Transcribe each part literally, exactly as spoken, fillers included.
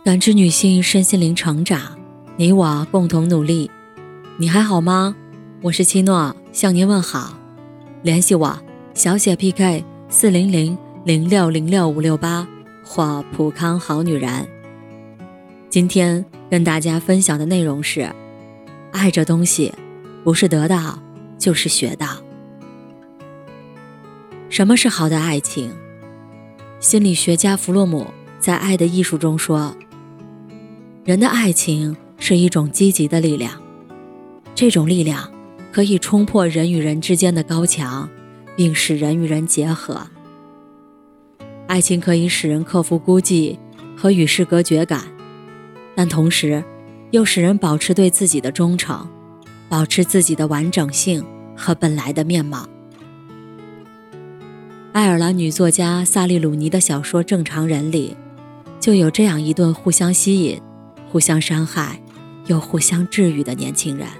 感知女性身心灵成长，你我共同努力。你还好吗？我是七诺，向您问好。联系我小写 P K 四零零零六零六五六八或普康好女人。今天跟大家分享的内容是，爱这东西不是得到就是学到。什么是好的爱情？心理学家弗洛姆在《爱的艺术》中说，人的爱情是一种积极的力量，这种力量可以冲破人与人之间的高墙，并使人与人结合。爱情可以使人克服孤寂和与世隔绝感，但同时又使人保持对自己的忠诚，保持自己的完整性和本来的面貌。爱尔兰女作家萨利鲁尼的小说《正常人》里就有这样一对互相吸引、互相伤害又互相治愈的年轻人。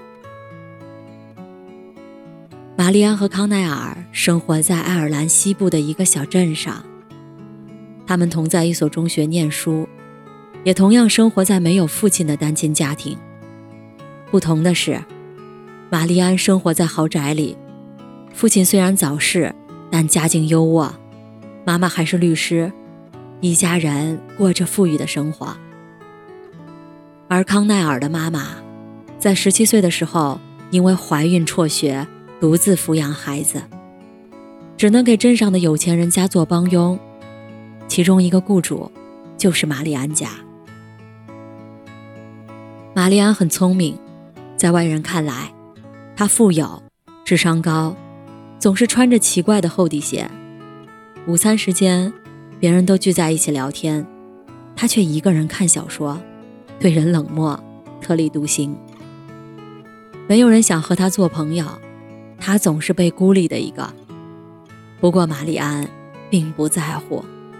玛丽安和康奈尔生活在爱尔兰西部的一个小镇上，他们同在一所中学念书，也同样生活在没有父亲的单亲家庭。不同的是，玛丽安生活在豪宅里，父亲虽然早逝，但家境优渥，妈妈还是律师，一家人过着富裕的生活。而康奈尔的妈妈在十七岁的时候因为怀孕辍学，独自抚养孩子，只能给镇上的有钱人家做帮佣，其中一个雇主就是玛丽安家。玛丽安很聪明，在外人看来，她富有，智商高，总是穿着奇怪的厚底鞋。午餐时间，别人都聚在一起聊天，她却一个人看小说，对人冷漠，特立独行。没有人想和她做朋友，她总是被孤立的一个。不过玛丽安并不在乎。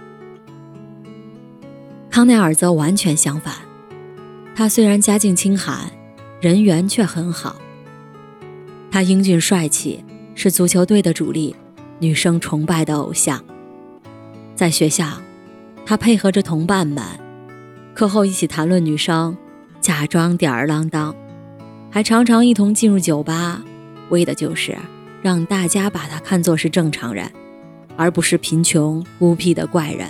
康奈尔则完全相反，他虽然家境清寒，人缘却很好。他英俊帅气，是足球队的主力，女生崇拜的偶像。在学校，他配合着同伴们，课后一起谈论女生，假装吊儿郎当，还常常一同进入酒吧，为的就是让大家把他看作是正常人，而不是贫穷孤僻的怪人。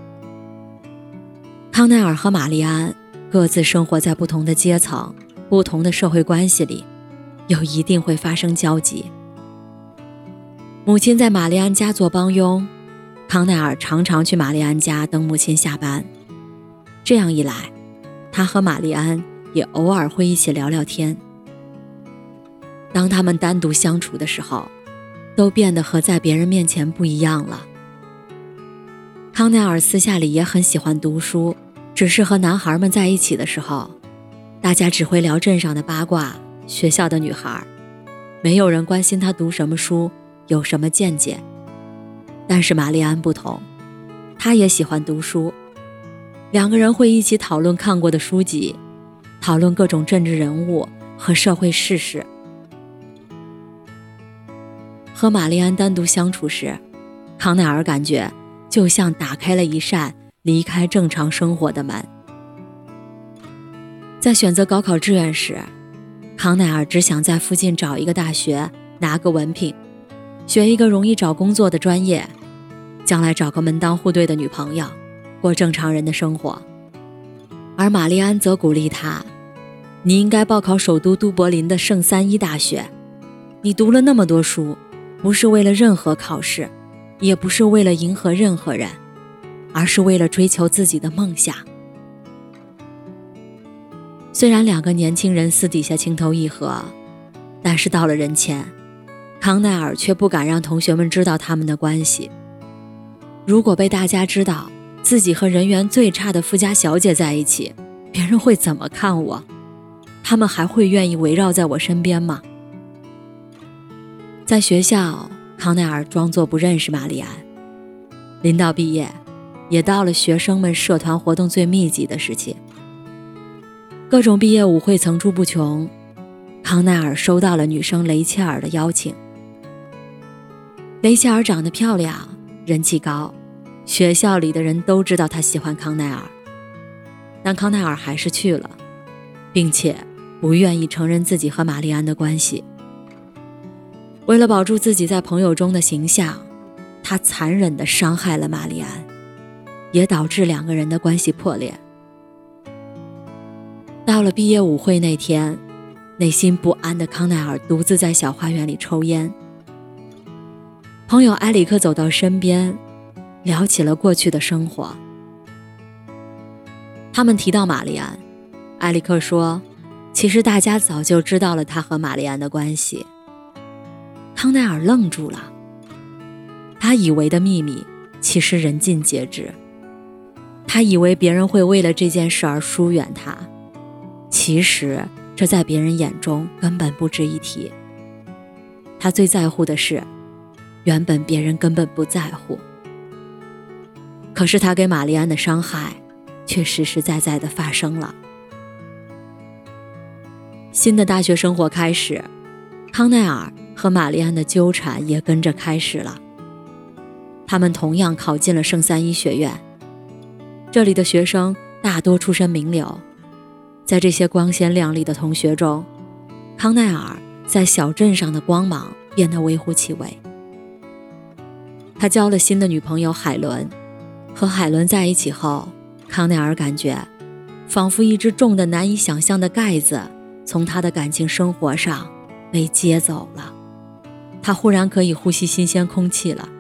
康奈尔和玛丽安各自生活在不同的阶层、不同的社会关系里，又一定会发生交集。母亲在玛丽安家做帮佣，康奈尔常常去玛丽安家等母亲下班。这样一来，他和玛丽安也偶尔会一起聊聊天。当他们单独相处的时候，都变得和在别人面前不一样了。康奈尔私下里也很喜欢读书，只是和男孩们在一起的时候，大家只会聊镇上的八卦，学校的女孩，没有人关心他读什么书，有什么见解。但是玛丽安不同，她也喜欢读书，两个人会一起讨论看过的书籍，讨论各种政治人物和社会事实。和玛丽安单独相处时，康奈尔感觉就像打开了一扇离开正常生活的门。在选择高考志愿时，康奈尔只想在附近找一个大学，拿个文凭，学一个容易找工作的专业，将来找个门当户对的女朋友，过正常人的生活。而玛丽安则鼓励他，你应该报考首都都柏林的圣三一大学，你读了那么多书，不是为了任何考试，也不是为了迎合任何人，而是为了追求自己的梦想。虽然两个年轻人私底下情投意合，但是到了人前，康奈尔却不敢让同学们知道他们的关系。如果被大家知道自己和人缘最差的富家小姐在一起，别人会怎么看我？他们还会愿意围绕在我身边吗？在学校，康奈尔装作不认识玛丽安。临到毕业，也到了学生们社团活动最密集的时期，各种毕业舞会层出不穷。康奈尔收到了女生雷切尔的邀请。雷切尔长得漂亮，人气高，学校里的人都知道她喜欢康奈尔。 但康奈尔还是去了，并且不愿意承认自己和玛丽安的关系。为了保住自己在朋友中的形象，他残忍地伤害了玛丽安，也导致两个人的关系破裂。到了毕业舞会那天，内心不安的康奈尔独自在小花园里抽烟。朋友埃里克走到身边，聊起了过去的生活。他们提到玛丽安，埃里克说，其实大家早就知道了他和玛丽安的关系。康奈尔愣住了，他以为的秘密其实人尽皆知，他以为别人会为了这件事而疏远他，其实这在别人眼中根本不值一提。他最在乎的是，原本别人根本不在乎。可是他给玛丽安的伤害却实实在在地发生了。新的大学生活开始，康奈尔和玛丽安的纠缠也跟着开始了。他们同样考进了圣三一学院，这里的学生大多出身名流。在这些光鲜亮丽的同学中，康奈尔在小镇上的光芒变得微乎其微。他交了新的女朋友海伦，和海伦在一起后，康奈尔感觉仿佛一只重得难以想象的盖子从他的感情生活上被接走了，他忽然可以呼吸新鲜空气了。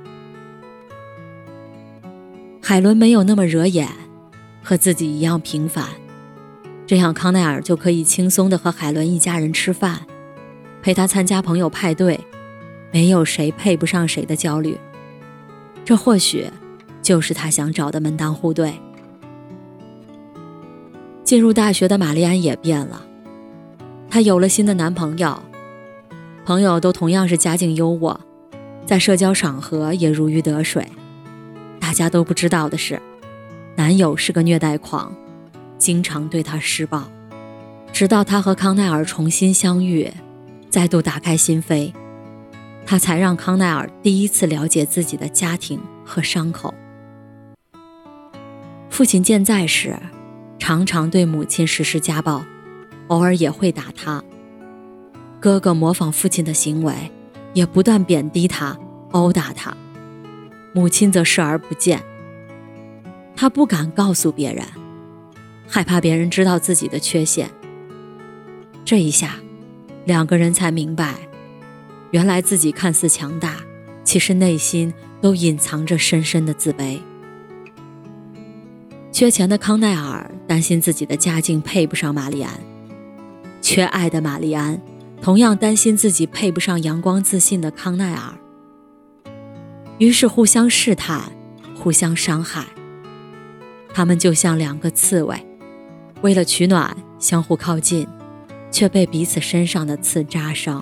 海伦没有那么惹眼，和自己一样平凡，这样康奈尔就可以轻松地和海伦一家人吃饭，陪他参加朋友派对，没有谁配不上谁的焦虑。这或许就是他想找的门当户对。进入大学的玛丽安也变了，她有了新的男朋友，朋友都同样是家境优渥，在社交场合也如鱼得水。大家都不知道的是，男友是个虐待狂，经常对她施暴，直到她和康奈尔重新相遇，再度打开心扉，他才让康奈尔第一次了解自己的家庭和伤口。父亲健在时，常常对母亲实施家暴，偶尔也会打他。哥哥模仿父亲的行为，也不断贬低他，殴打他。母亲则视而不见。他不敢告诉别人，害怕别人知道自己的缺陷。这一下，两个人才明白，原来自己看似强大，其实内心都隐藏着深深的自卑。缺钱的康奈尔担心自己的家境配不上玛丽安，缺爱的玛丽安同样担心自己配不上阳光自信的康奈尔。于是互相试探，互相伤害。他们就像两个刺猬，为了取暖相互靠近，却被彼此身上的刺扎伤。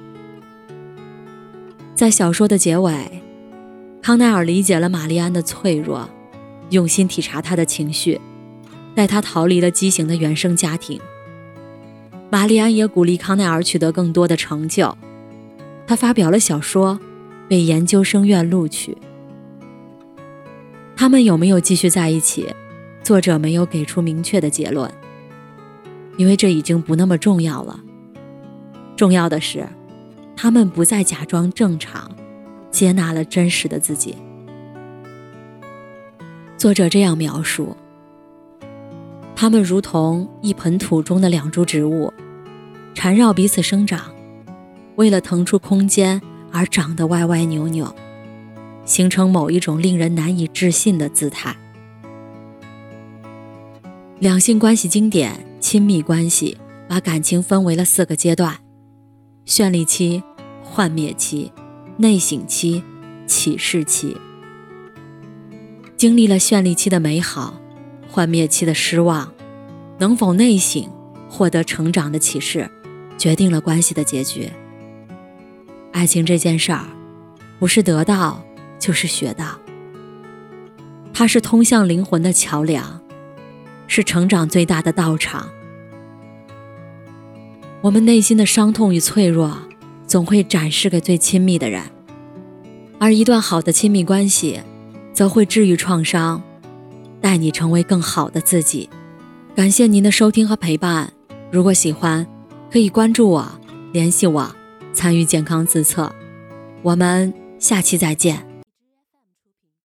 在小说的结尾，康奈尔理解了玛丽安的脆弱，用心体察她的情绪，带她逃离了畸形的原生家庭。玛丽安也鼓励康奈尔取得更多的成就，他发表了小说，被研究生院录取。他们有没有继续在一起，作者没有给出明确的结论，因为这已经不那么重要了。重要的是，他们不再假装正常，接纳了真实的自己。作者这样描述，他们如同一盆土中的两株植物，缠绕彼此生长，为了腾出空间而长得歪歪扭扭，形成某一种令人难以置信的姿态。两性关系经典亲密关系把感情分为了四个阶段：绚丽期、幻灭期、内省期、启示期。经历了绚丽期的美好，幻灭期的失望，能否内省，获得成长的启示，决定了关系的结局。爱情这件事儿，不是得到就是学到，它是通向灵魂的桥梁，是成长最大的道场。我们内心的伤痛与脆弱，总会展示给最亲密的人，而一段好的亲密关系，则会治愈创伤，带你成为更好的自己。 感谢您的收听和陪伴，如果喜欢，可以关注我，联系我，参与健康自测。我们下期再见。